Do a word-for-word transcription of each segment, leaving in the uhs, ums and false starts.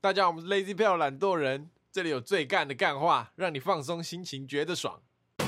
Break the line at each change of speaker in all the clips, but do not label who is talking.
大家好，我们是 Lazy Pal 懒惰人，这里有最干的干话，让你放松心情，觉得爽。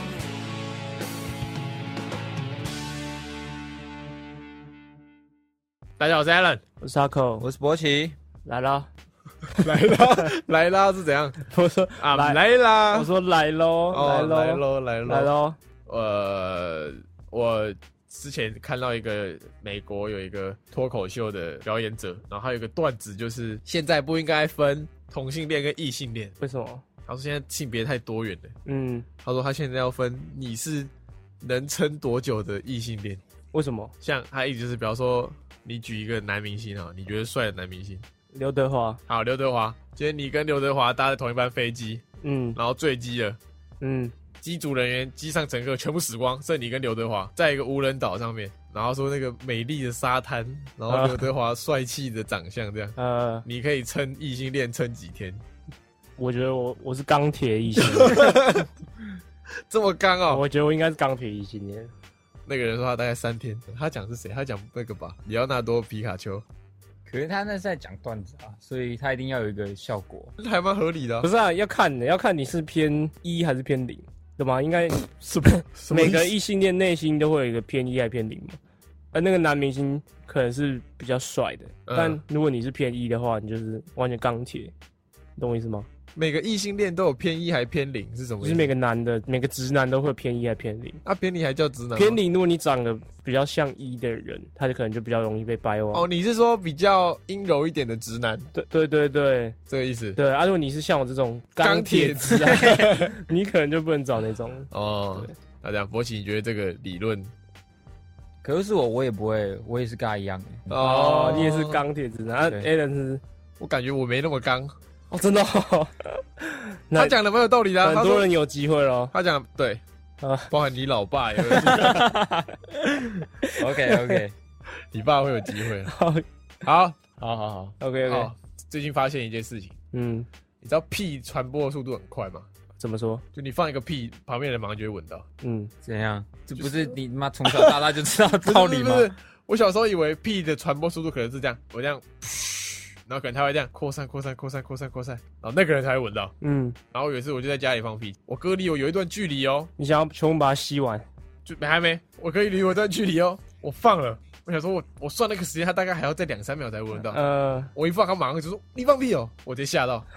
大家好，我是 Alan，
我是阿扣，
我是博奇，
来啦，
来啦，来啦是怎样？
我说
啊，来啦，
我说来喽，
哦、
来喽，
来喽，来喽，
来喽。
呃，我之前看到一个美国有一个脱口秀的表演者，然后他有一个段子，就是现在不应该分同性恋跟异性恋。
为什么？
他说现在性别太多元了。
嗯，
他说他现在要分你是能撑多久的异性恋。
为什么？
像他意思就是，比方说你举一个男明星啊，你觉得帅的男明星，
刘德华。
好，刘德华，今天你跟刘德华搭在同一班飞机，嗯，然后坠机了，嗯。机组人员、机上乘客全部死光，剩你跟刘德华在一个无人岛上面，然后说那个美丽的沙滩，然后刘德华帅气的长相，这样，呃，你可以撑异性恋撑几天？
我觉得我我是钢铁异性恋，
这么刚哦？
我觉得我应该是钢铁异性恋。
那个人说他大概三天，他讲是谁？他讲那个吧，里奥纳多皮卡丘。
可是他那是在讲段子啊，所以他一定要有一个效果，
还蛮合理的、啊。
不是啊，要看的，要看你是偏一还是偏零。对吗？应该
什么？
每个异性恋内心都会有一个偏一还偏零嘛。而那个男明星可能是比较帅的，嗯、但如果你是偏一的话，你就是完全钢铁，你懂我意思吗？
每个异性恋都有偏一还偏零是什么意思？
就是每个男的，每个直男都会偏一还偏零。
啊，偏零还叫直男？
偏零，如果你长得比较像一的人，他就可能就比较容易被掰弯。
哦，你是说比较阴柔一点的直男？
对对对对，
这个意思。
对啊，如果你是像我这种钢铁直男，你可能就不能找那种。
哦，那这样，博奇，你觉得这个理论？
可是我，我也不会，我也是跟他一样的。
哦，你也是钢铁直男。啊 ，Alan 是，
我感觉我没那么刚。
哦，真的、哦。
他讲的蛮有道理的、啊，
很多人有机会咯。
他讲对，啊，包含你老爸也有。
OK OK，
你爸会有机会。好，好，
好，好，好 ，OK OK。
最近发现一件事情，嗯，你知道屁传播的速度很快吗？
怎么说？
就你放一个屁，旁边的人马上就会闻到。
嗯，怎样？这不是你妈从小到大就知道道理吗？
不是，不是，我小时候以为屁的传播速度可能是这样，我这样。然后可能他会这样扩散、扩散、扩散、扩散、扩散，然后那个人才会闻到。嗯，然后有一次我就在家里放屁，我隔离我有一段距离哦。
你想要全部把它吸完？
就还没，我可以离我一段距离哦。我放了，我想说我我算那个时间，他大概还要再两三秒才闻到。呃，我一放，他马上就说你放屁哦，我直接吓到。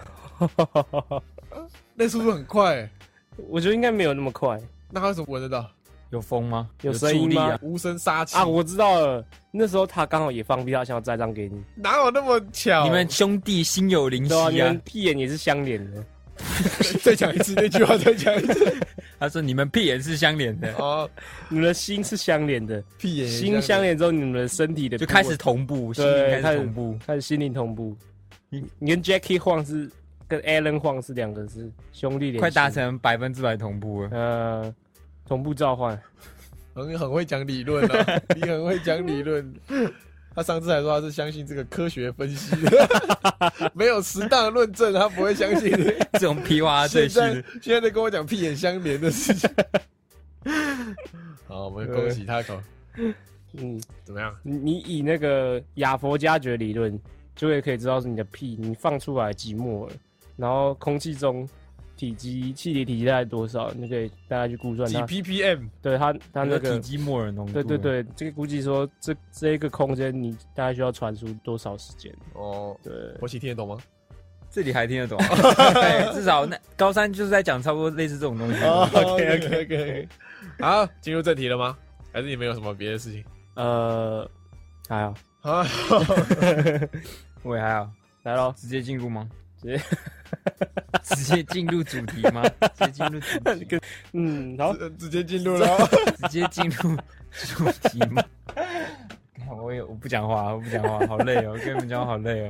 那速度很快、欸，
我觉得应该没有那么快。
那他为什么闻得到？
有风吗？
有声音吗？
啊、无声杀气
啊！我知道了，那时候他刚好也放屁，他想要栽赃给你。
哪有那么巧？
你们兄弟心有灵犀啊！
你们屁眼也是相连的。
再讲一次那句话，再讲一次。
他说你们屁眼是相连的哦，
你们的心是相连的，
屁眼
心相连之后，你们的身体的
就开始同步，心灵开始同步，
开始心灵同步。你你跟 Jackie 晃是跟 Alan 晃是两个是兄弟连，
快达成百分之百同步了。
呃，同步召唤。
很很会讲理论啊，你很会讲理论。他上次还说他是相信这个科学分析的，没有适当的论证，他不会相信
这种屁话。
现在现在在跟我讲屁眼相连的事情。好，我们恭喜他口。嗯，怎么样？
你以那个亚佛加决理论，就会可以知道是你的屁，你放出来几摩尔，然后空气中。体积气体体积大概多少？你可以大概去估算它
几 ppm。
对它它那个
体积摩尔浓度。
对对对，这个估计说这这一个空间你大概需要传输多少时间？哦，对，
博奇听得懂吗？
这里还听得懂，对，至少那高三就是在讲差不多类似这种东西。
哦 OK OK OK。好，进入正题了吗？还是你们有什么别的事情？
呃，还好，
还好，我也还好，
来咯，
直接进入吗？
直接。
直接进入主题吗？直接进入主题。
嗯，好，
直接進入了。
直接进入主题吗？我也我不讲话，我不讲话，好累哦！我跟你们讲话好累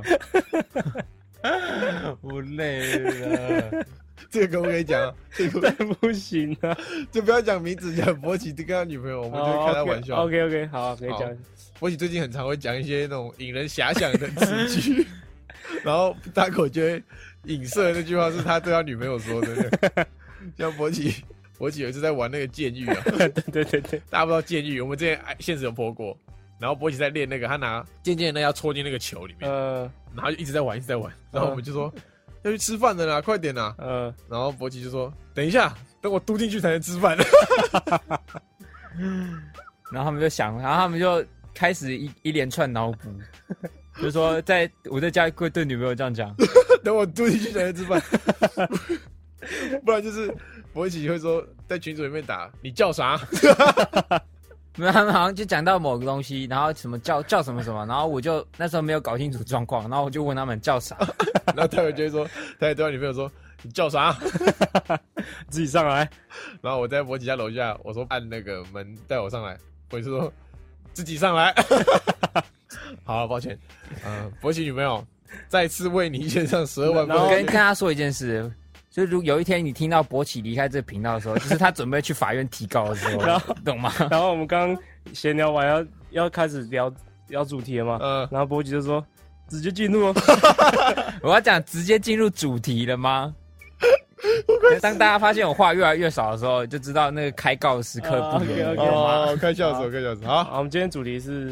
哦，我累了。
这个可不可以讲？这个
不行啊！
就不要讲名字，讲博奇跟他女朋友，我们就开他玩笑。
OK OK， 好，可以讲。
博奇最近很常会讲一些那种引人遐想的词句，然后大口就会。影射那句话是他对他女朋友说的，像博奇，博奇有一次在玩那个剑狱啊，
对对对对，
大家不知道剑狱，我们之前现实有播过， 然后博奇在练那个，他拿渐渐的要戳进那个球里面，呃，然后就一直在玩，一直在玩。然后我们就说、呃、要去吃饭的啦，快点啦。呃，然后博奇就说等一下，等我嘟进去才能吃饭。
然后他们就想，然后他们就开始一一连串脑补，就是说在我在家会对女朋友这样讲，
等我嘟进去才能吃饭。不然就是博奇会说在群组里面打你叫啥。
没有，他们好像就讲到某个东西，然后什么叫叫什么什么，然后我就那时候没有搞清楚状况，然后我就问他们叫啥，
然后他们就会说，他也对他女朋友说你叫啥，
自己上来。
然后我在博奇家楼下，我说按那个门带我上来，博奇说自己上来。好，抱歉，呃，博奇女朋友再次为你献上十二万分。
我跟跟他说一件事。就是如有一天你听到博奇离开这个频道的时候，就是他准备去法院提告的时候，然后懂吗？
然后我们刚刚闲聊完要要开始聊聊主题了嘛，嗯，然后博奇就说直接进入哦。
我要讲直接进入主题了吗？当大家发现我话越来越少的时候，就知道那个开告的时刻不远了。
哦，开笑死，开笑死。好，
好，我们今天主题是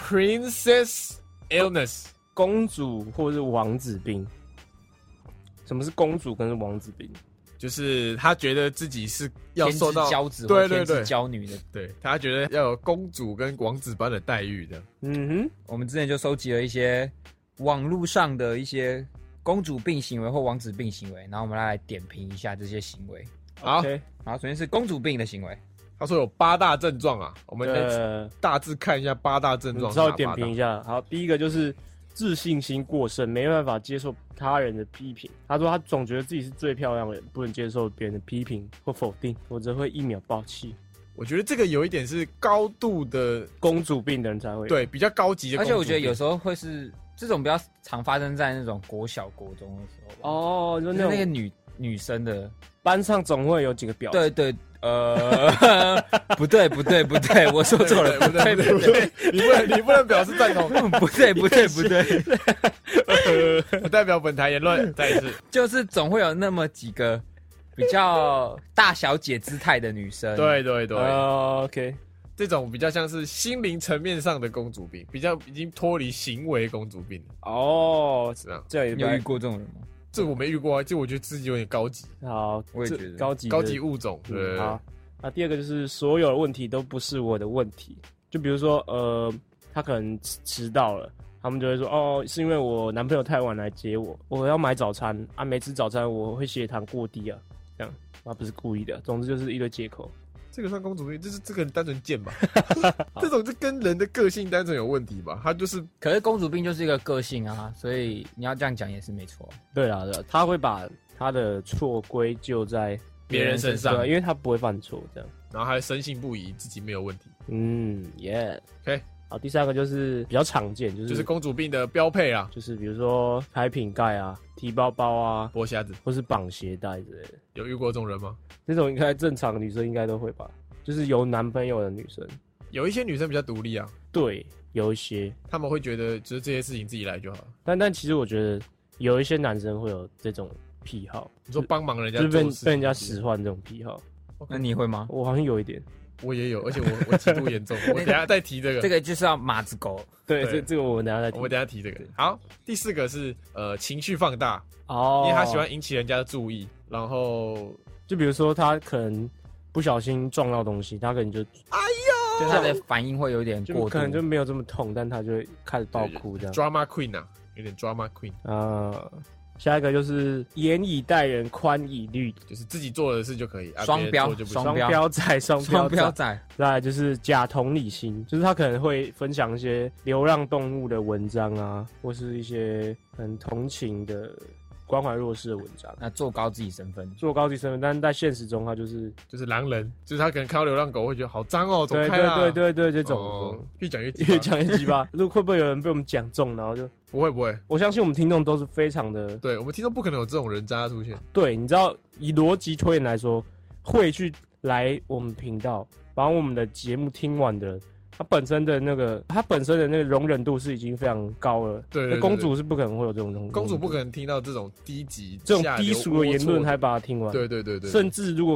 Princess Illness，
公主或是王子病。什么是公主跟王子病？
就是他觉得自己是要受到
天之骄子或天之骄女的，
对，他觉得要有公主跟王子般的待遇的。
嗯哼，我们之前就收集了一些网络上的一些公主病行为或王子病行为，然后我们来点评一下这些行为。
好，
okay.
好，首先是公主病的行为。
他说有八大症状啊，我们来大致看一下八大症状，
稍微点评一下。好，第一个就是自信心过剩，没办法接受他人的批评。他说他总觉得自己是最漂亮的人，不能接受别人的批评或否定，否则会一秒爆气。
我觉得这个有一点是高度的
公主病的人才会有，
对，比较高级的公主病。
而且我觉得有时候会是这种比较常发生在那种国小国中的时候吧。
哦，就
那那个女女生的
班上总会有几个婊子。
对对。呃，不对不对不对，我说错了，不对不对，
你不能你不能表示赞同，
不对不对不对，
不代表本台言论。再一次，
就是总会有那么几个比较大小姐姿态的女生，
对对对、
uh, ，OK，
这种比较像是心灵层面上的公主病，比较已经脱离行为公主病。
哦，
是啊，
这样
有遇过这种人吗？
这我没遇过啊，这我觉得自己有点高级。
好，
我也觉得
高级
高级物种。对、
嗯，好。那第二个就是所有的问题都不是我的问题，就比如说，呃，他可能迟到了，他们就会说，哦，是因为我男朋友太晚来接我，我要买早餐啊，没吃早餐我会血糖过低啊，这样，他不是故意的，总之就是一堆借口。
这个算公主病，就是这个人单纯贱吧？这种就跟人的个性单纯有问题吧？他就是，
可是公主病就是一个个性啊，所以你要这样讲也是没错。
对啦，对啦，他会把他的错归咎在
别人身上，
对，因为他不会犯错，这样，
然后还深信不疑自己没有问题。
嗯，耶、yeah
，OK。
好，第三个就是比较常见，就是
就是公主病的标配啊，
就是比如说开瓶盖啊、提包包啊、
剥虾子，
或是绑鞋带之类的。
有遇过这种人吗？
这种应该正常的女生应该都会吧，就是有男朋友的女生。
有一些女生比较独立啊，
对，有一些
他们会觉得就是这些事情自己来就好了。
但但其实我觉得有一些男生会有这种癖好，
你说帮忙人家
做事，就是被被人家
使
使唤这种癖好。
那你会吗？
我好像有一点。
我也有，而且我我极度严重。我等一下再提这个，
这个就是要马子狗。
对，这这个我们等一下再提。
我等一下提这个。好，第四个是呃情绪放大哦，因为他喜欢引起人家的注意，然后
就比如说他可能不小心撞到东西，他可能就哎
呦，就他的反应会有点过度，
可能就没有这么痛，但他就会开始爆哭这样。
Drama Queen 啊，有点 Drama Queen
啊。呃下一个就是严以待人，宽以律，
就是自己做的事就可以。
双标，
双标仔，双
标仔。
再来就是假同理心，就是他可能会分享一些流浪动物的文章啊，或是一些很同情的、关怀弱势的文章，
那做高自己身份，
做高自己身份，但是在现实中他就是
就是狼人，就是他可能看到流浪狗会觉得好脏哦，走开
啦。对对对对，这种、哦、
越讲越
越讲越鸡巴。如果会不会有人被我们讲中，然后就
不会不会？
我相信我们听众都是非常的，
对我们听众不可能有这种人渣出现。
对，你知道以逻辑推演来说，会去来我们频道把我们的节目听完的人。他本身的那个，他本身的那个容忍度是已经非常高了。
对, 对, 对, 对，
公主是不可能会有这种容忍度。
公主不可能听到这种低级、
这种低俗的言论还把它听完。
对对对 对, 对。
甚至如果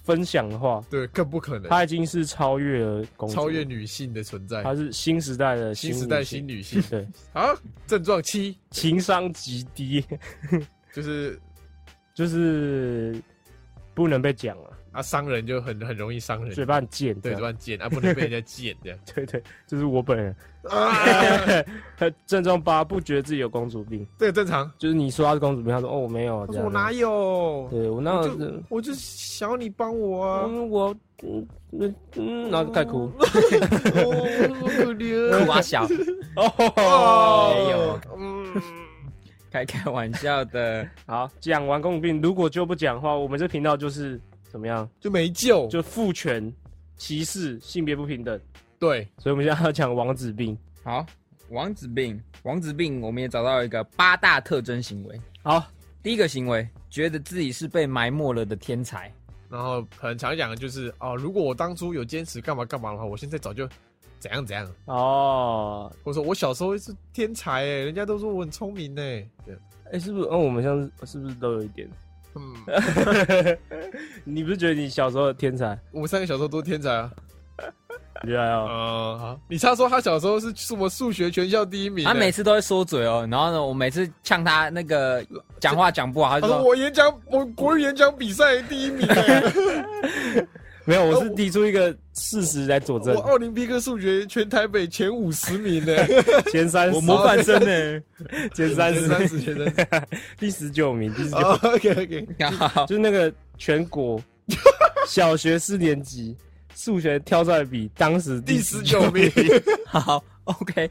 分享的话，
对，更不可能。
她已经是超越了公主，
超越女性的存在。
她是新时代的
新时代新女性。
对，
好，症状七，
情商极低，
就是
就是不能被讲了。
啊，伤人就很很容易伤人，
嘴巴很贱，
对，嘴巴很贱啊，不能被人家贱这样。
对对，这是我本人。啊、症状八，不觉得自己有公主病，
这个正常。
就是你说他是公主病，他说哦我没有，
他说我哪有？
对我哪有？
我, 我就想要你帮我啊！
嗯、我嗯嗯嗯，然后就开哭，
哦，好可怜，
哭啊小
哦，
没有，嗯，开开玩笑的。
好，讲完公主病，如果就不讲的话，我们这频道就是怎么样？
就没救，
就父权、歧视、性别不平等。
对，
所以我们现在要讲王子病。
好，王子病，王子病，我们也找到一个八大特征行为。
好，
第一个行为，觉得自己是被埋没了的天才。
然后很常讲的就是哦，如果我当初有坚持干嘛干嘛的话，我现在早就怎样怎样
哦。
或者说我小时候是天才哎，人家都说我很聪明哎。
哎，是不是？哦，我们像是是不是都有一点？嗯，你不是觉得你小时候天才？
我们三个小时候都是天才啊。
原来哦，
嗯，好，你他说他小时候是什么数学全校第一名，
他每次都会说嘴哦，然后呢，我每次呛他那个讲话讲不好，他就说、
啊、我演讲我国语演讲比赛第一名
没有，我是提出一个事实来佐证。
我奥林匹克数学全台北前五十名呢，
前三十，
我模范生呢，
前三十，
前三十，前三十，
第十九名，第十九。
OK OK，
就是那个全国小学四年级。数学挑出来比当时
第十九名，
好 ，OK，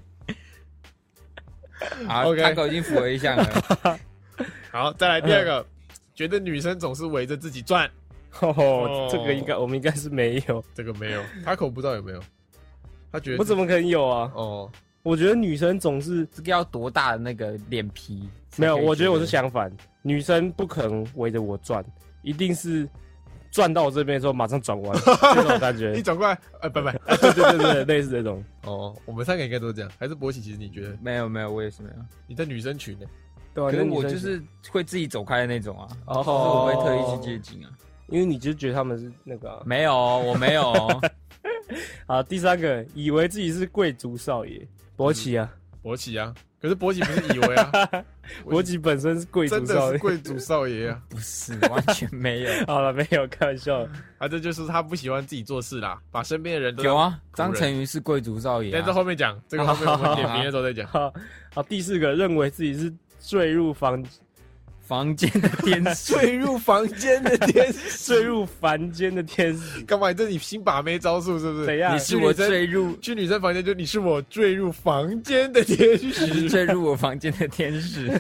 好
，OK，
他狗已经符合一项了。
好，再来第二个，嗯、觉得女生总是围着自己转。
哦，哦这个应该我们应该是没有，
这个没有，他口不知道有没有？他觉得
我怎么可能有啊？哦，我觉得女生总是
这个要多大的那个脸皮？
没有，我觉得我是相反，女生不可能围着我转，一定是。转到我这边的时候，马上转弯，这种感觉。
你转过来，呃，拜拜。
对对对对，类似这种。
哦，我们三个应该都是这样，还是博奇？其实你觉得？
没有没有，我也是没有。
你在女生群呢？
对啊，
可是我就是会自己走开的那种啊。哦，就是我不会特意去接近啊，
因为你就觉得他们是那个、啊。
没有，我没有。
好，第三个，以为自己是贵族少爷，博奇啊，
博奇啊。可是博奇不是以为啊，
博奇本身是贵族少爷，
真的是贵族少爷啊，
不是，完全没有。
好了，没有，开玩笑。
啊，这就是他不喜欢自己做事啦，把身边的人都
有啊。张成宇是贵族少爷、啊，
在这后面讲，这个后面我们点名的时候再讲。
好，好，第四个，认为自己是坠入房
房间的天使，
坠入房间的天使，
坠入凡间的天使。
干嘛？这是你新把妹招数是不是？
怎样？
你是我坠入
去女生房间，就你是我坠入房间的天使，
你是坠入我房间的天使。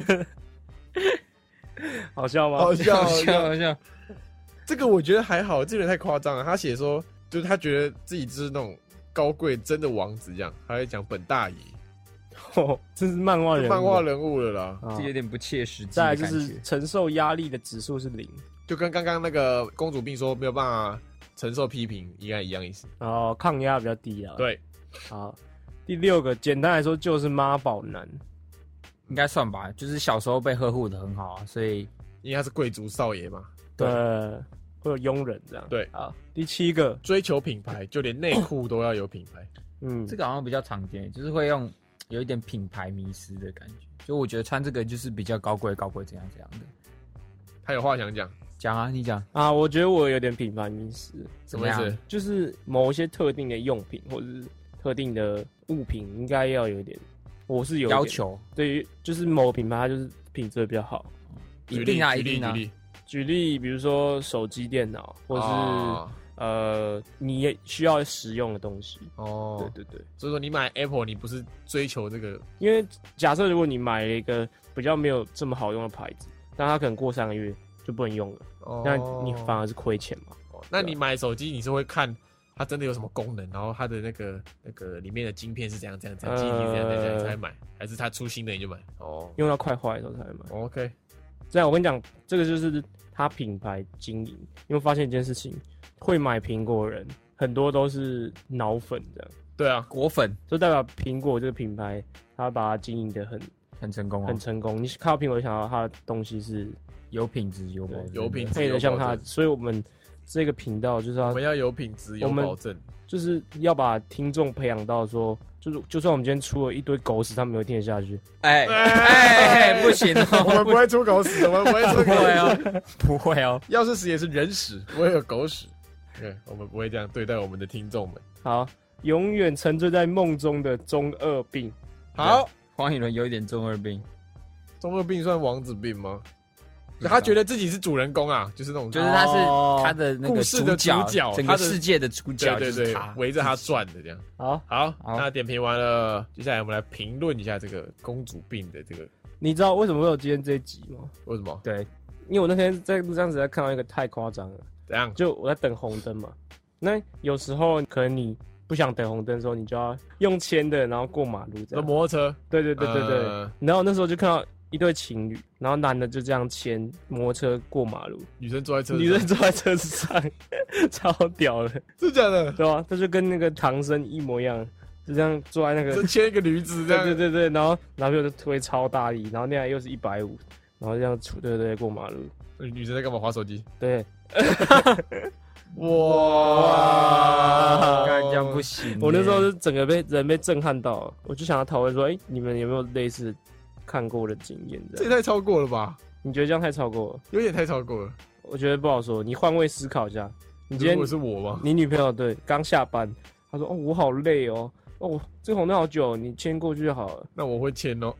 好笑吗？
好笑，
好笑，好笑。
这个我觉得还好，这有点太夸张了。他写说，就是他觉得自己就是那种高贵真的王子这样，他在讲本大爷。
哦，这是漫画人物，
漫画人物了啦，
这有点不切实际。
再来就是承受压力的指数是零，
就跟刚刚那个公主病说没有办法承受批评应该一样意思。
然后抗压比较低啊。
对，
好，第六个简单来说就是妈宝男，
应该算吧，就是小时候被呵护的很好啊，所以
因为他是贵族少爷嘛，
对，会有佣人这样。
对，
好，第七个
追求品牌，就连内裤都要有品牌。
嗯，这个好像比较常见，就是会用。有一点品牌迷思的感觉，就我觉得穿这个就是比较高贵，高贵怎样怎样的。
他有话想讲，
讲啊，你讲
啊。我觉得我有点品牌迷思，
什么意思？
就是某一些特定的用品或者是特定的物品，应该要有一点，我是有
要求。
对于就是某品牌，它就是品质比较好。
一定啊，一定啊。
举例，
举例，比如说手机、电脑，或是。哦呃，你也需要使用的东西哦，对对对，
所以说你买 Apple， 你不是追求这个，
因为假设如果你买了一个比较没有这么好用的牌子，但它可能过三个月就不能用了，哦，那你反而是亏钱嘛。
哦，那你买手机，你是会看它真的有什么功能，然后它的那个那个里面的晶片是怎样怎样怎样，机体怎样怎样才买，还是它出新的你就买？哦，
用到快坏的时候才买。
哦、OK，
这样我跟你讲，这个就是它品牌经营。你会发现一件事情。会买苹果的人很多都是脑粉这样，
对啊，
果粉
就代表苹果这个品牌，它把它经营的很
很成功、哦，
很成功。你看到苹果就想到它的东西是
有品质、有
有品质，
配得像它，所以我们这个频道就是要
我们要有品质，有保证，
就是要把听众培养到说，就是就算我们今天出了一堆狗屎，他们也会听得下去。
哎哎，不行哦，
我们不会出狗屎，我们不会出狗屎
哦，不会哦。
要是屎也是人屎，不会有狗屎。对，我们不会这样对待我们的听众们。
好，永远沉醉在梦中的中二病。
好，
黄以伦有一点中二病。
中二病算王子病吗？他觉得自己是主人公啊，就是那种，
就是他是他的那个
故事的主角，
整个世界的主角，
对对对，围着他转的这样。
好，
好，那点评完了，接下来我们来评论一下这个公主病的这个。
你知道为什么会有今天这一集吗？
为什么？
对，因为我那天在路上实在看到一个太夸张了。
怎样？
就我在等红灯嘛，那有时候可能你不想等红灯的时候，你就要用牵的，然后过马路这样。
摩托车。
对对对对对。呃、然后那时候就看到一对情侣，然后男的就这样牵摩托车过马路，
女生坐在车子上，
女生坐在车子上，超屌的，
真的假的？
对吧？他就跟那个唐僧一模一样，就这样坐在那个，
就牵一个驴子这样。
对对对对，然后男朋友就推超大力，然后那样又是一百五，然后这样出对对过马路。
女生在干嘛？滑手机。
对。
哇，这样不行。
我那时候是整个被人被震撼到，我就想要讨论说，哎、欸，你们有没有类似看过的经验？
这也太超过了吧？
你觉得这样太超过了？
有点太超过了。
我觉得不好说，你换位思考一下。你今天
如果是我吗？
你女朋友对刚下班，她说：“哦，我好累哦，哦，这个红灯好久，你牵过去就好了。”
那我会牵哦，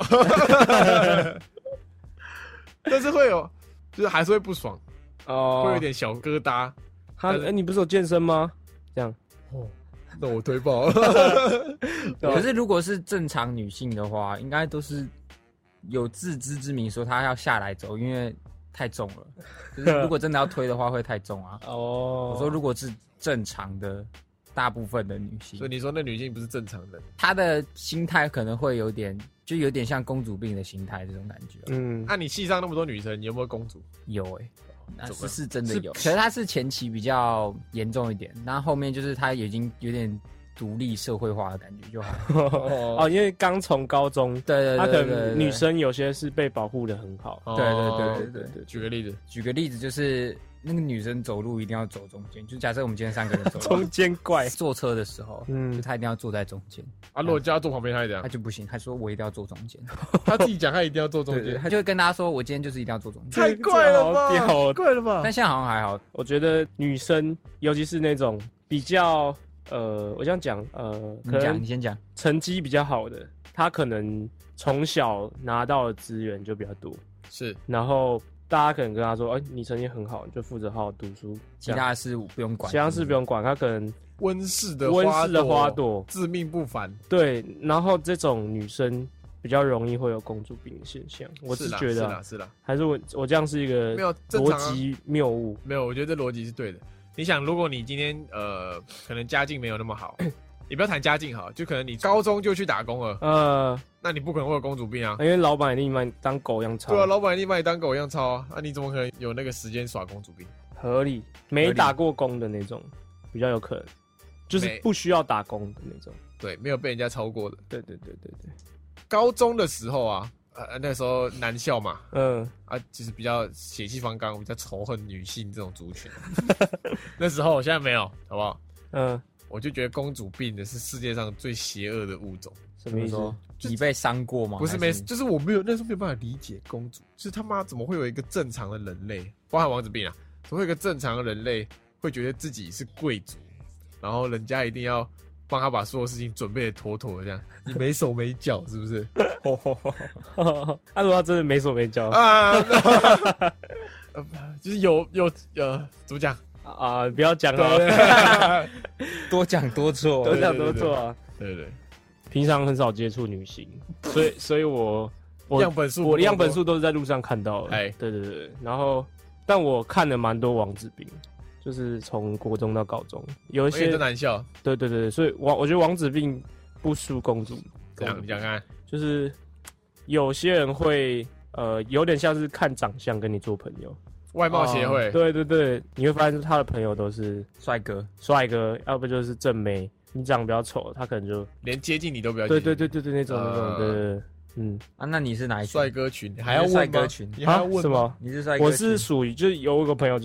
但是会有，就是还是会不爽哦，会有点小疙瘩。
他哎、欸，你不是有健身吗？这样
哦，那我推爆了。
可是如果是正常女性的话，应该都是有自知之明，说她要下来走，因为太重了。就是如果真的要推的话，会太重啊。哦，我说如果是正常的，大部分的女性，
所以你说那女性不是正常人，
她的心态可能会有点，就有点像公主病的心态这种感觉。
嗯，那、啊、你系上那么多女生，你有没有公主？
有哎、欸。那是是真的有，可是他是前期比较严重一点，那后面就是他已经有点独立社会化的感觉就好。
哦，因为刚从高中，
对对对，
他可能女生有些是被保护的很好。
对对对对对对。
举个例子，
举个例子就是那个女生走路一定要走中间，就假设我们今天三个人走
中间怪，
坐车的时候，嗯，就他一定要坐在中间。
啊，如果叫他坐旁边，他这样，
他就不行，他说我一定要坐中间。
他自己讲他一定要坐中间，
他就会跟大家说，我今天就是一定要坐中间。
太怪了吧，
太
怪了吧？
但现在好像还好，
我觉得女生，尤其是那种比较呃，我这样讲，呃，
你讲，你先讲，
成绩比较好的，她可能从小拿到的资源就比较多，
是，
然后。大家可能跟他说：“哎、欸，你成绩很好，你就负责好好读书，
其他事不用管。
其他事不用管。”他可能
温室的
温室的花朵，
自命不凡。
对，然后这种女生比较容易会有公主病的现象。我是觉得、
啊，是啦，
还是我我这样是一个
没有
逻辑谬误。
没有，我觉得这逻辑是对的。你想，如果你今天呃，可能家境没有那么好。你不要谈家境好，就可能你高中就去打工了，呃，那你不可能会有公主病啊，
因为老板一定把你当狗一样操。
对啊，老板一定把你当狗一样操啊，那、啊、你怎么可能有那个时间耍公主病？
合理，没打过工的那种比较有可能，就是不需要打工的那种。
对，没有被人家操过的。
对对对对对。
高中的时候啊，呃，那时候男校嘛，嗯，啊，就是比较血气方刚，比较仇恨女性这种族群。那时候，现在没有，好不好？嗯。我就觉得公主病的是世界上最邪恶的物种。
什么意思？
你被伤过吗？
不是没，就是我没有那时候没有办法理解公主，就是他妈怎么会有一个正常的人类，包含王子病啊，怎么会有一个正常的人类会觉得自己是贵族，然后人家一定要帮他把所有事情准备的妥妥的这样，你没手没脚是不是？
他说他真的没手没脚
啊，就是有有呃，怎么讲？
啊！不要讲了，
多讲多错，
多讲多错啊！
对对，对，
平常很少接触女性，所以所以我我
样本数
我的样本数都是在路上看到的。哎，对对对，然后但我看了蛮多王子病，就是从国中到高中，有一些
男校。
对对对，所以王我觉得王子病不输公主。
这样你讲看，
就是有些人会呃有点像是看长相跟你做朋友。
外貌协会、
哦，对对对，你会发现他的朋友都是
帅哥，
帅哥，要不就是正妹。你长得比较丑，他可能就
连接近你都不要接
近。对对对对对，那种、呃、那种，对对对，嗯
啊，那你是哪一
帅哥群？
还要
问
帅哥群？
你还要问什么？
你是帅哥群？
我是属于就是有一个朋友，就是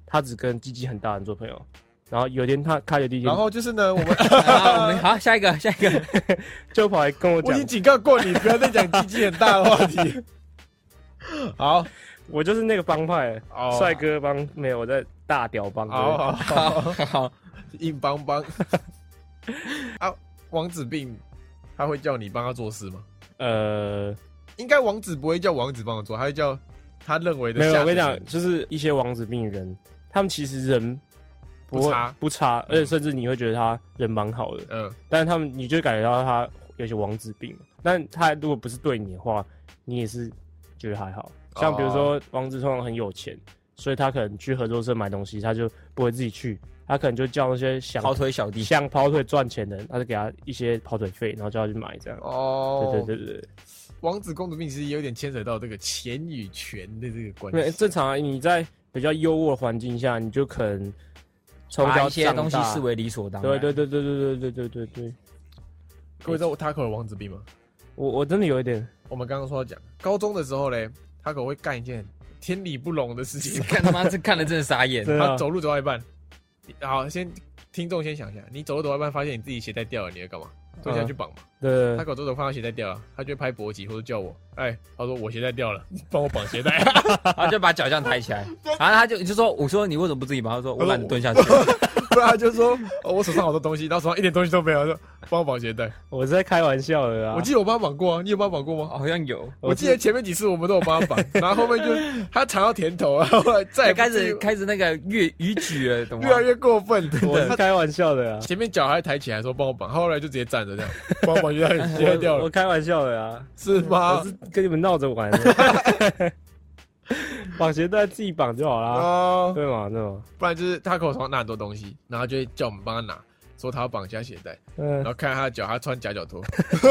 他只跟鸡鸡很大的人做朋友。然后有一天他开了第一间，
然后就是呢，我们
好，我们好下一个下一个，
就跑来跟我讲，
我已经警告过你，不要再讲鸡鸡很大的话题。好，
我就是那个帮派，帅、oh. 哥帮没有，我在大屌帮。
好好好好，硬邦邦。啊，王子病他会叫你帮他做事吗？呃，应该王子不会叫王子帮我做，他会叫他认为的下。
没有，我跟你讲，就是一些王子病人，他们其实人。不差不差，而且甚至你会觉得他人蛮好的，嗯，但是他们你就感觉到他有些王子病，但他如果不是对你的话，你也是觉得还好。像比如说王子通常很有钱，所以他可能去合作社买东西，他就不会自己去，他可能就叫那些想
跑腿小弟、
想跑腿赚钱的人，他就给他一些跑腿费，然后叫他去买这样。哦，对对对对对。
王子公主病其实有点牵扯到这个钱与权的这个关系。
对，正常啊，你在比较优渥的环境下，你就可能。
把一些东西视为理所当然。
对对对对对对对对对。
各位知道 Taco 有王子病吗？
我我真的有一点。
我们刚刚说要讲高中的时候嘞 ，Taco 会干一件天理不容的事情。
看他妈这看了真的傻眼。
他走路走到一半，好，先听众先想一下，你走路走到一半发现你自己鞋带掉了，你会干嘛？蹲下去绑嘛。
对。
他狗走走看到鞋带掉了，他就会拍脖脊或者叫我，哎，他说我鞋带掉了，帮我绑鞋带。
他就把脚这样抬起来，然后他就就说，我说你为什么不自己绑？他说我懒得蹲下去。
不然他就说、哦、我手上好多东西，然后手上一点东西都没有，说帮我绑鞋带。
我是在开玩笑的啊。
我记得我帮他绑过啊，你有帮他绑过吗？
好像有。
我记得前面几次我们都有帮他绑，然后后面就他尝到甜头啊，后来再
开始开始那个越逾矩了，懂吗？
越来越过分。
我是开玩笑的啊。
前面脚还抬起来说帮我绑，后来就直接站着这样，帮我绑鞋带鞋带掉了。
我开玩笑的啊，
是吗？
我是跟你们闹着玩的。绑鞋带自己绑就好啦，哦、对嘛，对嘛，
不然就是他口上拿很多东西，然后就会叫我们帮他拿，说他要绑加鞋带，嗯，然后看他的脚，他穿夹脚拖，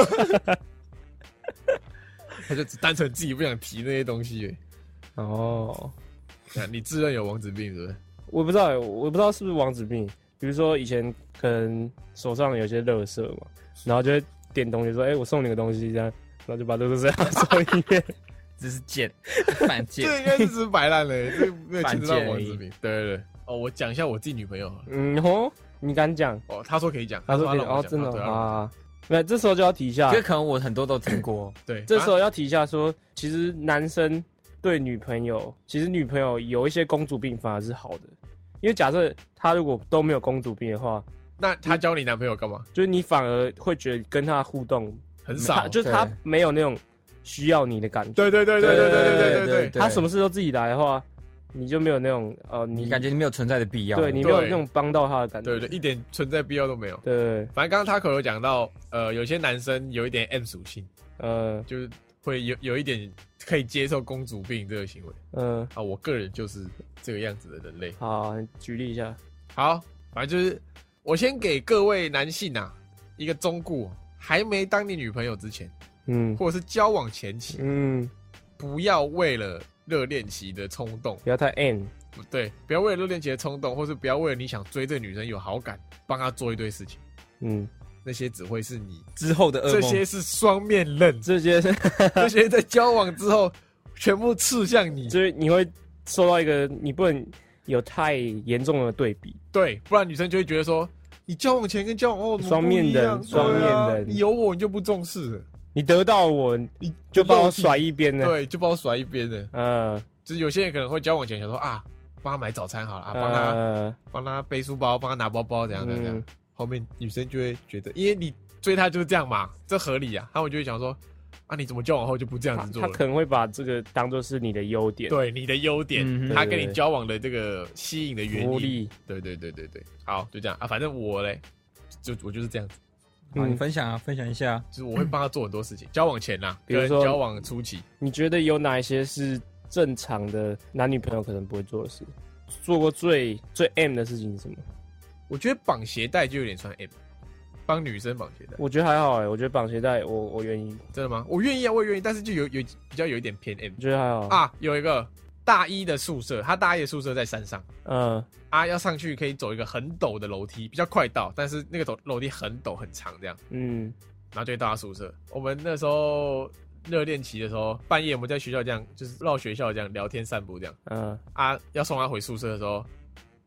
他就只单纯自己不想提那些东西而已。哦，你自认有王子病是不是？
我不知道，我不知道是不是王子病。比如说以前可能手上有些垃圾嘛，然后就会点东西说：“哎、欸，我送你个东西。”这样，然后就把垃圾送一遍。
只是贱，犯贱，
这应该是只是摆烂嘞，这没有牵扯到王子病。对对对，哦，我讲一下我自己女朋友。
嗯吼，你敢讲？
哦，他说可以讲，
他说可以哦，真的啊。那这时候就要提一下，
因为可能我很多都听过。
对，
这时候要提一下说，其实男生对女朋友，其实女朋友有一些公主病反而是好的，因为假设他如果都没有公主病的话，
那他交你男朋友干嘛？
就是你反而会觉得跟他互动
很少，
就是他没有那种。需要你的感觉，
对对对对对对对对对对，
他什么事都自己来的话，你就没有那种呃，
你感觉你没有存在的必要，
对你没有那种帮到他的感觉，
对对，一点存在必要都没有。
对，
反正刚刚他可有讲到，呃，有些男生有一点 M 属性，呃，就是会有有一点可以接受公主病这个行为，嗯，啊，我个人就是这个样子的人类。
好，举例一下。
好，反正就是我先给各位男性啊一个忠告，还没当你女朋友之前。嗯，或者是交往前期，嗯，不要为了热恋期的冲动，
不要太 M，
不对，不要为了热恋期的冲动，或是不要为了你想追这个女生有好感，帮她做一堆事情，嗯，那些只会是你
之后的噩
梦，这些是双面刃，
这些是
这些在交往之后全部刺向你，
所以你会受到一个你不能有太严重的对比，
对，不然女生就会觉得说，你交往前跟交往后
双面人，双面人，
你有我你就不重视了。
你得到我，你就把我甩一边了。
对，就把我甩一边了。嗯，就是有些人可能会交往前想说啊，帮他买早餐好了，啊，帮他帮他背书包，帮他拿包包，怎样怎样怎样。后面女生就会觉得，因为你追他就是这样嘛，这合理啊。他们就会想说，啊，你怎么交往后就不这样子做了？
他可能会把这个当做是你的优点，
对，你的优点，嗯、他跟你交往的这个吸引的原因。对对对对对，好，就这样啊。反正我嘞，就我就是这样子。
好，你分享啊，分享一下。
就是我会帮他做很多事情，交往前呐，比如说交往初期，
你觉得有哪一些是正常的男女朋友可能不会做的事？做过最最 M 的事情是什么？
我觉得绑鞋带就有点算 M， 帮女生绑鞋带。
我觉得还好哎、欸，我觉得绑鞋带我我愿意。
真的吗？我愿意啊，我也愿意，但是就有有比较有一点偏 M。
我觉得还好
啊，有一个。大一的宿舍，他大一的宿舍在山上，嗯，啊，要上去可以走一个很陡的楼梯，比较快到，但是那个楼楼梯很陡很长，这样，嗯，然后就会到他宿舍。我们那时候热恋期的时候，半夜我们在学校这样，就是绕学校这样聊天散步这样，嗯，啊，要送他回宿舍的时候，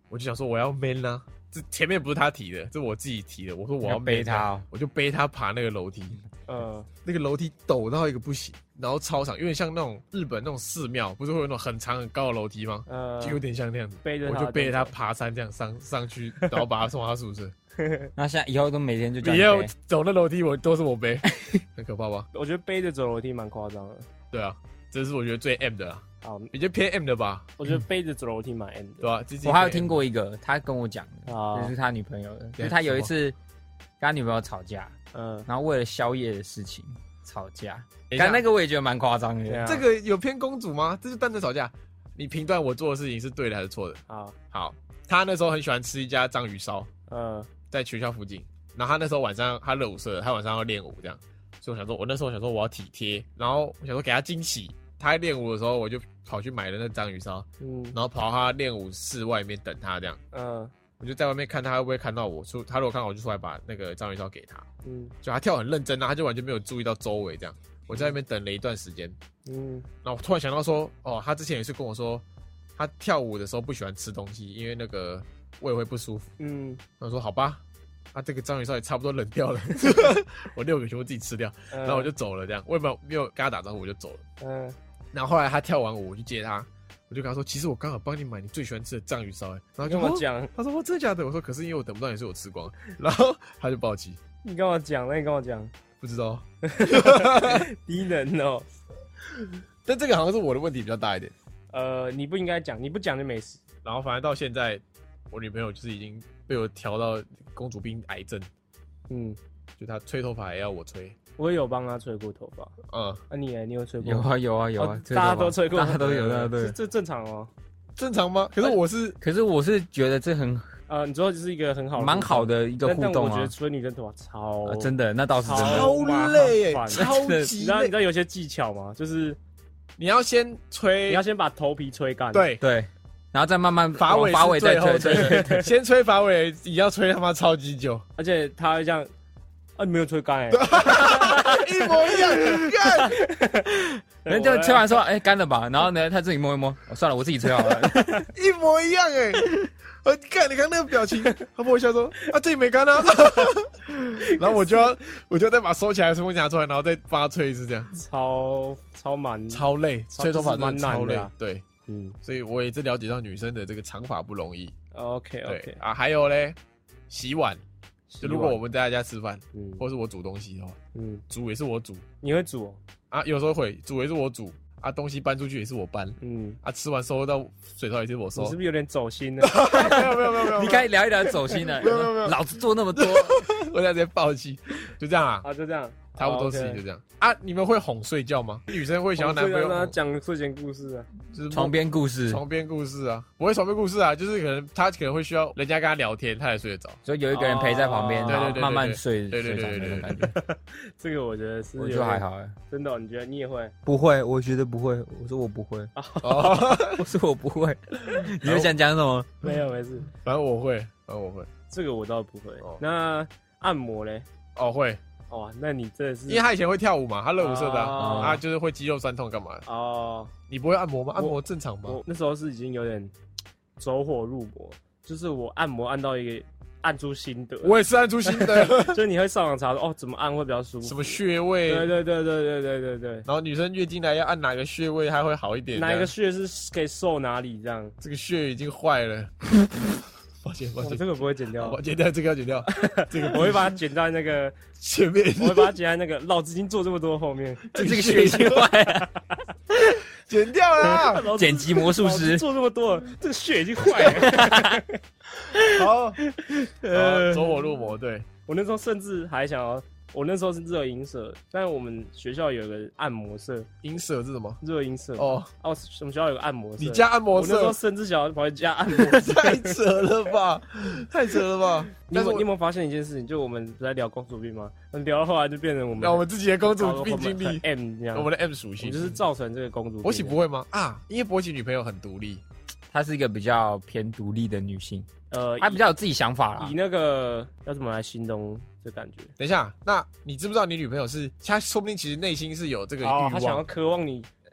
我就想说我要 man 啊，这前面不是他提的，这我自己提的。我说我要 man
背他、哦，
我就背他爬那个楼梯。
嗯，
那个楼梯陡到一个不行，然后超长，有点像那种日本那种寺庙，不是会有那种很长很高的楼梯吗？呃，就有点像那样子。背着他，我就背着他爬山这样上上去，然后把他送到他宿舍。
那现在以后都每天就
以后走那楼梯，我都是我背，很可怕吧？
我觉得背着走楼梯蛮夸张的。
对啊，这是我觉得最 M 的啦。好，比较偏 M 的吧？
我觉得背着走楼梯蛮 M 的，
对吧、啊？
我还有听过一个，他跟我讲的，哦、就是他女朋友的，就是他有一次跟他女朋友吵架，嗯，然后为了宵夜的事情吵架。但那个我也觉得蛮夸张的。
这个有偏公主吗？这是单纯吵架。你评断我做的事情是对的还是错的？好，好，他那时候很喜欢吃一家章鱼烧，嗯，在学校附近。然后他那时候晚上他热舞社，他晚上要练舞这样，所以我想说，我那时候想说我要体贴，然后我想说给他惊喜。他在练舞的时候，我就跑去买了那章鱼烧，嗯，然后跑到他练舞室外面等他这样，嗯，我就在外面看他会不会看到我，出他如果看到我就出来把那个章鱼烧给他，嗯，就他跳很认真啊，他就完全没有注意到周围这样，我在那边等了一段时间，嗯，然后我突然想到说，哦，他之前也是跟我说，他跳舞的时候不喜欢吃东西，因为那个胃会不舒服，嗯，我说好吧。啊，这个章鱼烧也差不多冷掉了，我六个全部自己吃掉，嗯、然后我就走了，这样我也没有没有跟他打招呼，我就走了。嗯，然后后来他跳完舞，我去接他，我就跟他说，其实我刚好帮你买你最喜欢吃的章鱼烧，哎，然后就
跟我讲，
他说我真的假的？我说可是因为我等不到你，所以我吃光，然后他就暴气。
你跟我讲，那你跟我讲，
不知道，
低能哦。
但这个好像是我的问题比较大一点。
呃，你不应该讲，你不讲就没事。
然后反正到现在，我女朋友就是已经被我调到公主病癌症，嗯，就她吹头发也要我吹，
我也有帮她吹过头发，嗯，啊你呢？你有吹过？
有啊有啊有啊，
哦、大家都吹过，
大家都有，大家都有，
这正常哦，
正常吗？可是我是，
可是我是觉得这很，
呃，你知道这是一个很好、
蛮好的一个互动啊。
但我觉得吹女生头发超、
啊，真的，那倒是真的
超累耶，超级累。
你知道你知道有些技巧吗？就是
你要先吹，
你要先把头皮吹干，
对
对。然后再慢慢
发尾，
发尾再吹，
对对对，先吹发尾，你要吹他妈超级久，
而且他会这样，啊，你没有吹干哎，
一模一样，干，
人就吹完说，哎，干了吧？然后呢，他自己摸一摸，算了，我自己吹好了，
一模一样哎，我看你看那个表情，他摸一下说，啊，这里没干啊，然后我就要，我就再把收起来的吹拿出来，然后再帮他吹一次，这样，
超超蛮，
超累，吹头发真的超累，
啊、
对。嗯，所以我也是了解到女生的这个长发不容易。
OK OK
啊，还有嘞，洗碗，就如果我们在家吃饭，嗯，或是我煮东西的话，嗯，煮也是我煮。
你会煮、哦？
啊，有时候会煮也是我煮啊，东西搬出去也是我搬，嗯，啊，吃完收到水槽也是我收。
你是不是有点走心呢？
没有没有没有没有，
你可以聊一聊走心的。没有没有没有，老子做那么多，
我在这边爆气，就这样啊。
啊，就这样。
差不多事情就这样、oh, okay. 啊！你们会哄睡觉吗？女生会想要男朋友
跟她讲睡前故事啊，
就是
床边故事，
床边故事啊，不会床边故事啊，就是可能他可能会需要人家跟他聊天，他才睡得着，
所以有一个人陪在旁边，
对对对，
慢慢睡，
对对对对对，感觉
这个我觉得是，
我就还好哎，
真的、哦，你觉得你也会？
不会，我觉得不会，我说我不会，哦，我说我不会，你会想讲什么？
没有，没事，
反正我会，反正我会，
这个我倒不会。哦、那按摩嘞？
哦，会。
哇，那你真的是，
因为他以前会跳舞嘛，他热舞社的、啊，哦、他就是会肌肉酸痛干嘛的哦。你不会按摩吗？按摩正常吗？
我那时候是已经有点走火入魔，就是我按摩按到一个按出心得，
我也是按出心得，
就是你会上网查说哦怎么按会比较舒服，
什么穴位，
对对对对对对对对。
然后女生月经来要按哪个穴位，它会好一点，
哪一个穴是可以瘦哪里这样？
这个穴已经坏了。抱歉，抱歉，
这个不会剪掉，
我剪掉这个要剪掉，这个
我会把它剪在那个
前面，
我会把它剪在那个老子已经做这么多后面，
这个血已经坏了，
剪掉了，
剪辑魔术师
做这么多，这个血已经坏了。
好，呃，走火入魔，对
我那时候甚至还想要。我那时候是热音社，但是我们学校有一个按摩社。
音社是什么？
热音社哦哦，我们学校有个按摩社。
你加按摩社？
我那时候甚至想要跑去加按摩社，
太扯了吧，太扯了吧！
你有你有没有发现一件事情？就我们不在聊公主病吗？聊到后来就变成我们，
那我们自己的公主病经历
M 这样，
我们的 M 属性
就是造成这个公主病。
博喜不会吗？啊，因为博喜女朋友很独立，
她是一个比较偏独立的女性，呃，她比较有自己想法啦。
以那个要怎么来形容？这感觉。
等一下，那你知不知道你女朋友是她说不定其实内心是有这个欲望，
她想要渴望你，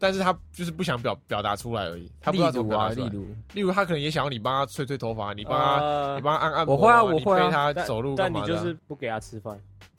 但是他就是不想表表达出来而已，他不知道怎么表达出来。例如，例如他可能也想要你帮他吹吹头发，你帮他，呃、你帮他按按摩，
我会啊，我会啊，
你陪他走路干嘛的，
但你就是不给他吃饭。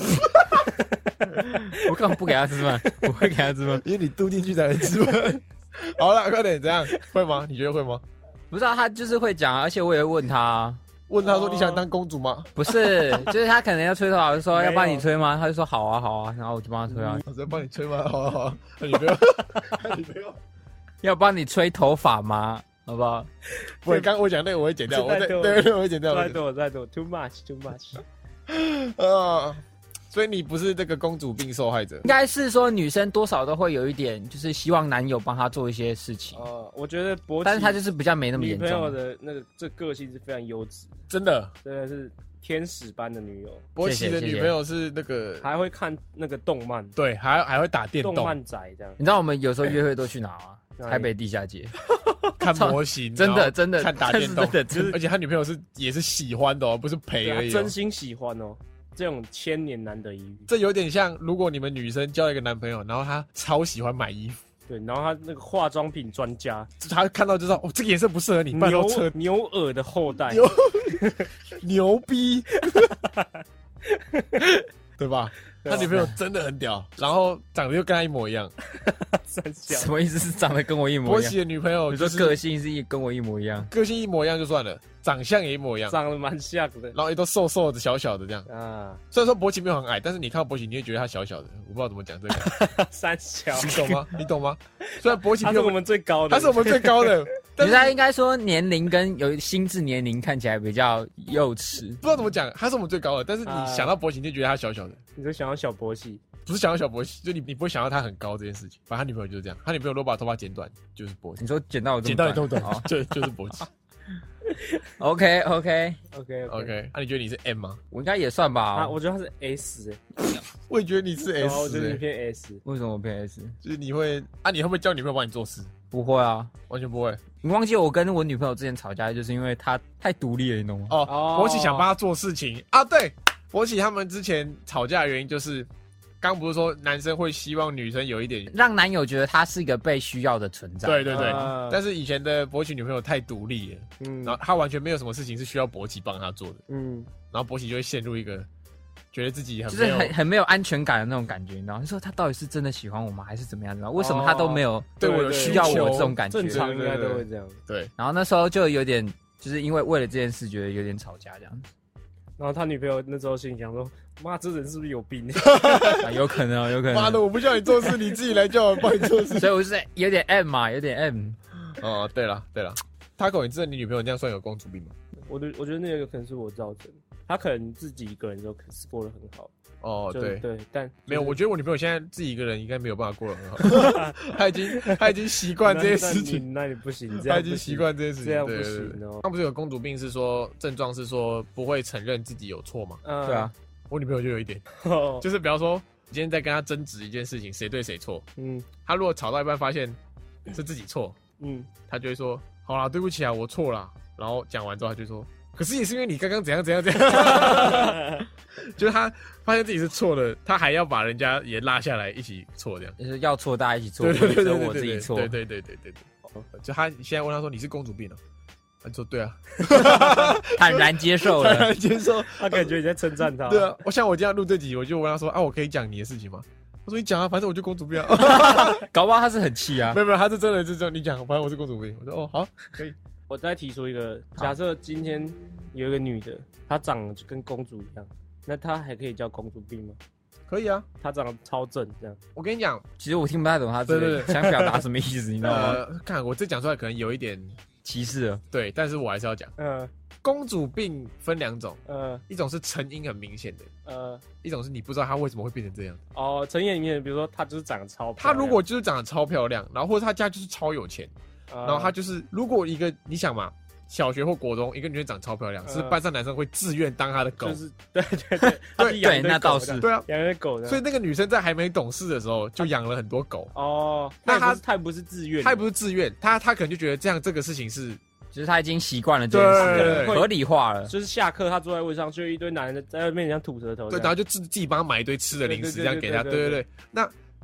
我干嘛不给他吃饭？我会给他吃饭，
因为你渡进去才能吃饭。好了，快点，怎样？会吗？你觉得会吗？
不是啊，他就是会讲，而且我也会问他。
问他说：“你想当公主吗？”
不是，就是他可能要吹头发，我就说要帮你吹吗？他就说好啊好啊，然后我就帮他吹啊。
我在帮你吹吗？好啊好啊，那你不要，你不要，
要帮你吹头发吗？好不好？
不会，刚刚我讲那个我会剪掉，我再对对，我会剪掉。
再多再多 ，too much too much。
啊，所以你不是这个公主病受害者，
应该是说女生多少都会有一点，就是希望男友帮她做一些事情。
哦，我觉得博，
但是她就是比较没那么严重。
女朋友的那个这个性是非常优质，
真的，
真的是天使般的女友。
博奇的女朋友是那个
还会看那个动漫，
对，还还会打电动，
动漫仔这样。
你知道我们有时候约会都去哪吗？台北地下街
看模型，
真的真的
看打电动，
真的，
而且他女朋友是也是喜欢的哦，不是陪而已，
真心喜欢哦。这种千年难得一遇，
这有点像如果你们女生交一个男朋友，然后他超喜欢买衣服，
对，然后他那个化妆品专家，
他看到就知道哦，这个颜色不适合你，
牛牛耳的后代，
牛牛逼，对吧？他女朋友真的很屌，然后长得又跟他一模一样。
什么意思？是长得跟我一模一样？
波奇的女朋友，
你说个性是跟我一模一样，
个性一模一样就算了，长相也一模一样，
长得蛮像的，
然后也都瘦瘦的、小小的这样啊。虽然说博奇没有很矮，但是你看到博奇，你会觉得他小小的，我不知道怎么讲这个。
三小，
你懂吗？你懂吗？虽然博奇
他是我们最高的，
他是我们最高的。
但是他应该说年龄跟有心智年龄看起来比较幼稚，
不知道怎么讲，他是我们最高的，但是你想到博奇，你就觉得他小小的。
你就想到小博奇。
不是想要小博奇，就你你不会想到他很高这件事情。反正他女朋友就是这样，他女朋友都把头发剪短，就是博奇。
你说剪到我这么
短，剪到你这么短，就就是博奇。
OK OK
OK
OK， 那、啊、你觉得你是 M 吗？
我应该也算吧。
啊，我觉得他是 S 哎、欸。
我也觉得你是 S，、欸、
我觉得你偏 S。
为什么我偏 S？
就是你会啊？你会不会叫女朋友帮你做事？
不会啊，
完全不会。
你忘记我跟我女朋友之前吵架，就是因为她太独立了，你懂吗？
哦，博奇想帮她做事情啊。对，博奇他们之前吵架的原因就是。刚不是说男生会希望女生有一点
让男友觉得他是一个被需要的存在，
对对对。呃、但是以前的博奇女朋友太独立了，嗯，然后他完全没有什么事情是需要博奇帮他做的，嗯，然后博奇就会陷入一个觉得自己很
就是很很没有安全感的那种感觉，你知道吗？你说他到底是真的喜欢我吗，还是怎么样？你知道为什么他都没有对我有需要我这种感觉？
正常应该都会这样。
对，
然后那时候就有点就是因为为了这件事觉得有点吵架这样子。
然后他女朋友那时候心里想说：“妈，这人是不是有病？”
啊、有可能啊，有可能。
妈的，我不叫你做事，你自己来叫我帮你做事。
所以我是有点 M 嘛，有点 M。
哦，对了对了 ，Taco， 你知道你女朋友这样算有公主病吗？
我的我觉得那个可能是我造成，她可能自己一个人都过得很好。
哦，对
对，但、就是、
没有，我觉得我女朋友现在自己一个人应该没有办法过得很好。她已经她已经习惯这些事情，
那你不行，
她已经习惯这些事情，
这样不行哦。
她不是有公主病，是说症状是说不会承认自己有错吗？
嗯，
对啊，
我女朋友就有一点，就是比方说今天在跟她争执一件事情，谁对谁错，嗯，她如果吵到一半发现是自己错，嗯，她就会说好啦，对不起啊，我错啦。然后讲完之后，她就说。可是也是因为你刚刚怎样怎样怎样，就是他发现自己是错的，他还要把人家也拉下来一起错，这样
就是要错大家一起错，
对对对对
对，我自己错，
对对对对对对。就他现在问他说你是公主病了，他说对啊，
坦然接受了，
坦然接受，
他感觉你在称赞他。
对啊，我像我这样录这集，我就问他说啊，我可以讲你的事情吗？我说你讲啊，反正我就公主病啊。
搞不好他是很气啊，
没有没有，他是真的是这样，你讲，反正我是公主病。我说哦好，可以。
我再提出一个假设，今天有一个女的，她长得就跟公主一样，那她还可以叫公主病吗？
可以啊，
她长得超正，这样。
我跟你讲，
其实我听不太懂她这个想表达什么意思，你知道吗？
呃，看我这讲出来可能有一点
歧视了，
对，但是我还是要讲。嗯、呃，公主病分两种，呃，一种是成因很明显的，呃，一种是你不知道她为什么会变成这样。
哦，成因很明显，比如说她就是长得超漂亮，
她如果就是长得超漂亮，然后或者她家就是超有钱。然后他就是，如果一个你想嘛，小学或国中一个女生长超漂亮，呃、是班上男生会自愿当她的狗，
就是对对对
对对，那倒是
对啊，
养一堆狗的。
所以那个女生在还没懂事的时候就养了很多狗
哦。那她她不是自愿，
她也不是自愿，她她可能就觉得这样这个事情是，
就是她已经习惯了这件事，合理化了。
就是下课她坐在位上，就一堆男人在面前吐舌头，
对，然后就自自己帮她买一堆吃的零食这样给她，对对对。那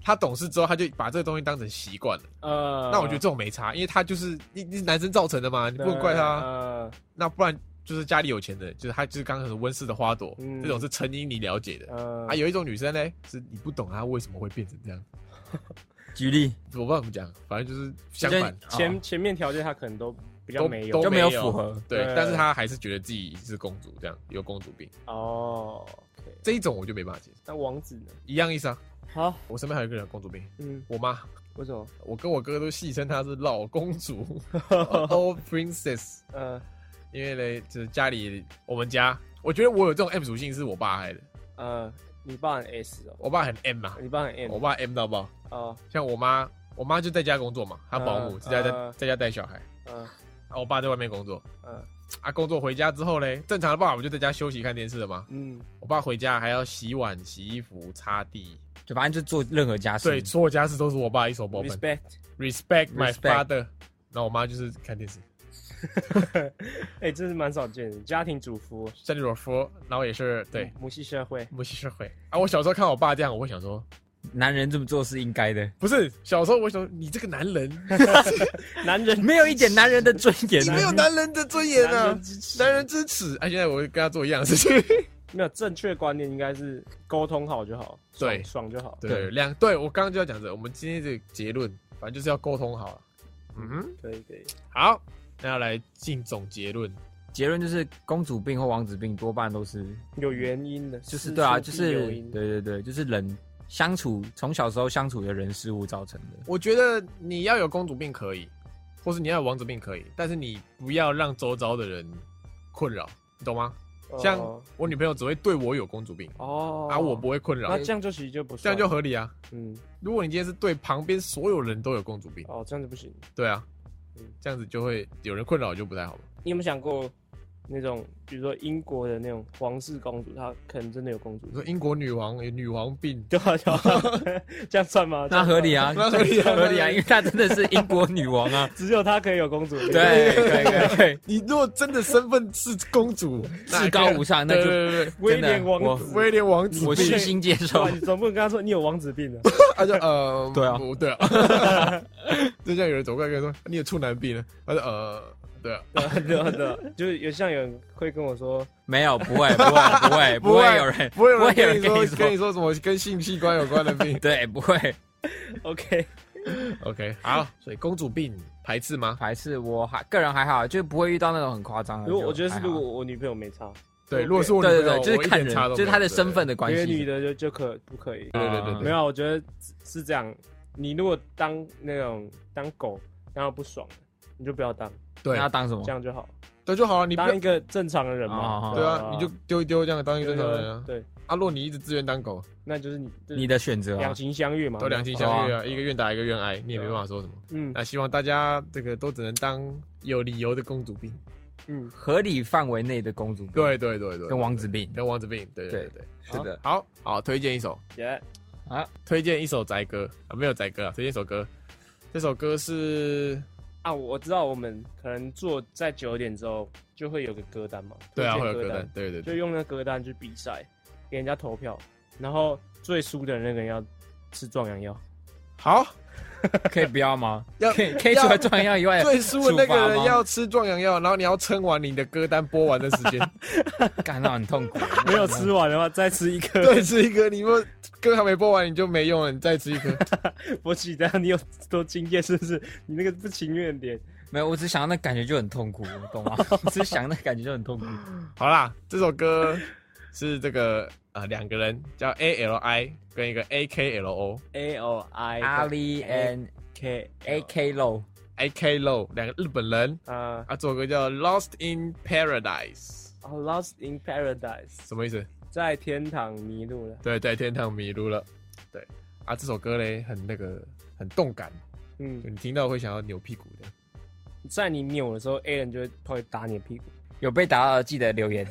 他懂事之后，他就把这个东西当成习惯了。呃，那我觉得这种没差，因为他就是你你男生造成的嘛，你不能怪他。呃，那不然就是家里有钱的，就是他就是刚刚说温室的花朵，嗯、这种是成因你了解的。呃、啊，有一种女生呢，是你不懂她为什么会变成这样。
举例，
我不知道怎么讲，反正就是相反。
前、哦、前面条件他可能都比较没有，
都
就没有符合。
对，对但是他还是觉得自己是公主，这样有公主病。
哦， okay、
这一种我就没办法接受。
那王子呢？
一样意思啊。
好，
我身边还有一个人有公主病，嗯，我妈。
为什么？
我跟我哥都戏称她是老公主，Old Princess。嗯，因为呢，就是家里我们家，我觉得我有这种 M 属性是我爸害的。
呃，你爸很 S 哦，
我爸很 M 嘛，
你爸很 M，
我爸 M 到爆。哦，像我妈，我妈就在家工作嘛，她保姆，在家在家带小孩。嗯，啊，我爸在外面工作。嗯。啊，工作回家之后嘞，正常的爸爸不就在家休息看电视了吗？嗯，我爸回家还要洗碗、洗衣服、擦地，
就反正就做任何家事。
对，所有家事都是我爸一手包办。
Respect,
respect my father。然后我妈就是看电视。
哎、欸，这是蛮少见的，家庭主妇，
家庭主妇，然后也是对
母系社会，
母系社会啊。我小时候看我爸这样，我会想说。
男人这么做是应该的，
不是小时候我想你这个男人，
男人
没有一点男人的尊严，
你没有男人的尊严啊，男人支持。哎、啊，现在我会跟他做一样的事情，
没有正确观念应该是沟通好就好，
对，
爽就好，
对，两对我刚刚就要讲这，我们今天这个结论，反正就是要沟通好了。嗯哼，
可以可以，
好，那要来进总结论。
结论就是公主病或王子病多半都是
有原因的，
就是对啊，就是对对对，就是人。相处从小时候相处的人事物造成的。
我觉得你要有公主病可以，或是你要有王子病可以，但是你不要让周遭的人困扰，你懂吗？呃、像我女朋友只会对我有公主病哦，啊，我不会困扰，
那这样就其实就不算，
这样就合理啊。嗯，如果你今天是对旁边所有人都有公主病，
哦，这样子不行。
对啊，嗯，这样子就会有人困扰，就不太好了。
你有没有想过？那种比如说英国的那种皇室公主，她可能真的有公主病。
你说英国女王有女王病，
对啊，这样算吗？
那合理啊，
那合理啊，
合理啊，因为她真的是英国女王啊，
只有她可以有公主病。
对，可以可以可以。
你如果真的身份是公主，
至高无上，那就
对对对，
威廉王子，
威廉王子，
我虚心接受。
你总不能跟他说你有王子病啊？
他就呃，
对啊，
对啊，就像有人走过来跟他说你有处男病呢，他说呃。对啊，
对啊，对啊，就是有像有人会跟我说，
没有，不会，不会，不会，不会有人，
不会有人跟你说跟你说什么跟性器官有关的病，
对，不会。
OK，OK，
okay, 好，所以公主病排斥吗？
排斥，我还个人还好，就不会遇到那种很夸张的。
如果我觉得是，如果我女朋友没差，
对，如果是我女朋友，
对对对，就是看人，就是她的身份的关系。
因为女的就就可不可以？
对对对，
没有，我觉得是这样。你如果当那种当狗，然后不爽的，你就不要当。
对，那要当什么？
这样就好，
对就好了。你
当一个正常的人嘛。
对啊，你就丢一丢，这样当一个正常人啊。
对，
啊，若你一直自愿当狗，
那就是你
你的选择，
两情相悦嘛。
都两情相悦啊，一个愿打一个愿挨，你也没办法说什么。嗯，那希望大家这个都只能当有理由的公主病，
嗯，合理范围内的公主病。
对对对对，
跟王子病，
跟王子病，对对对，
是的。
好好，推荐一首，
耶，
啊，推荐一首宅歌啊，没有宅歌啊，推荐一首歌，这首歌是。
啊，我知道我们可能做在久一点之后，就会有个歌单嘛。
对啊，会有歌单，对对对，
就用那个歌单去比赛，给人家投票，然后最输的那个人要吃壮阳药。
好，
可以不要吗？要可以可以除了壮阳药以外，
最输的那个人要吃壮阳药，然后你要撑完你的歌单播完的时间，
感到很痛苦。
没有吃完的话，再吃一颗。
对，吃一颗。你说歌还没播完，你就没用了，你再吃一颗。
我记得你有多经验，是不是？你那个不情愿点。
没有，我只想到那感觉就很痛苦，懂吗？我只想那感觉就很痛苦。
好啦，这首歌是这个呃两个人叫 A L I 跟一个 A K L O。A
L I
Ali and K A K Low
A K Low 两个日本人啊啊，这首歌叫 Lost in Paradise。
哦 ，Lost in Paradise
什么意思？
在天堂迷路了。
对，在天堂迷路了。对啊，这首歌嘞很那个很动感，嗯，你听到会想要扭屁股的。
在你扭的时候 ，A 人就会跑去打你的屁股。
有被打到的记得留言。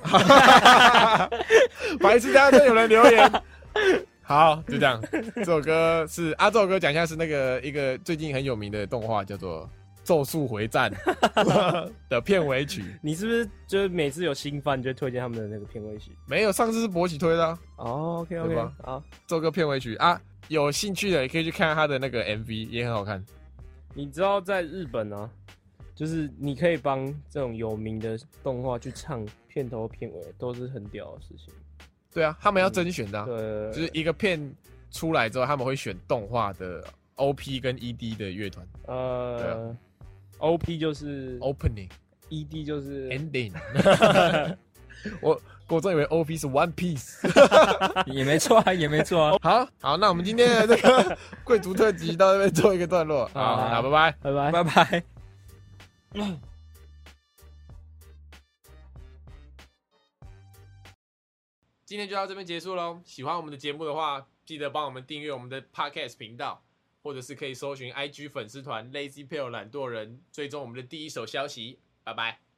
白痴，大家都有人留言。好，就这样。这首歌是啊，这首歌讲一下是那个一个最近很有名的动画叫做咒术回战的片尾曲。
你是不是就是每次有新番就会推荐他们的那个片尾曲？
没有，上次是博喜推的、啊。
哦 ，OK OK，好，
这个片尾曲啊，有兴趣的也可以去看他的那个 M V， 也很好看。
你知道在日本啊，就是你可以帮这种有名的动画去唱片头片尾，都是很屌的事情。
对啊，他们要甄选的、啊
嗯，对，
就是一个片出来之后，他们会选动画的 O P 跟 E D 的乐团。
呃、啊、，O P 就是
Opening，E
D 就是
Ending 。我国中以为 O P 是 One Piece，
也没错啊，也没错啊。
好好，那我们今天的这个贵族特辑到这边做一个段落。好，好那拜拜，
拜拜，
拜拜。
今天就到这边结束咯。喜欢我们的节目的话，记得帮我们订阅我们的 Podcast 频道，或者是可以搜寻 I G 粉丝团 Lazy Pale 懒惰人，追踪我们的第一手消息。拜拜。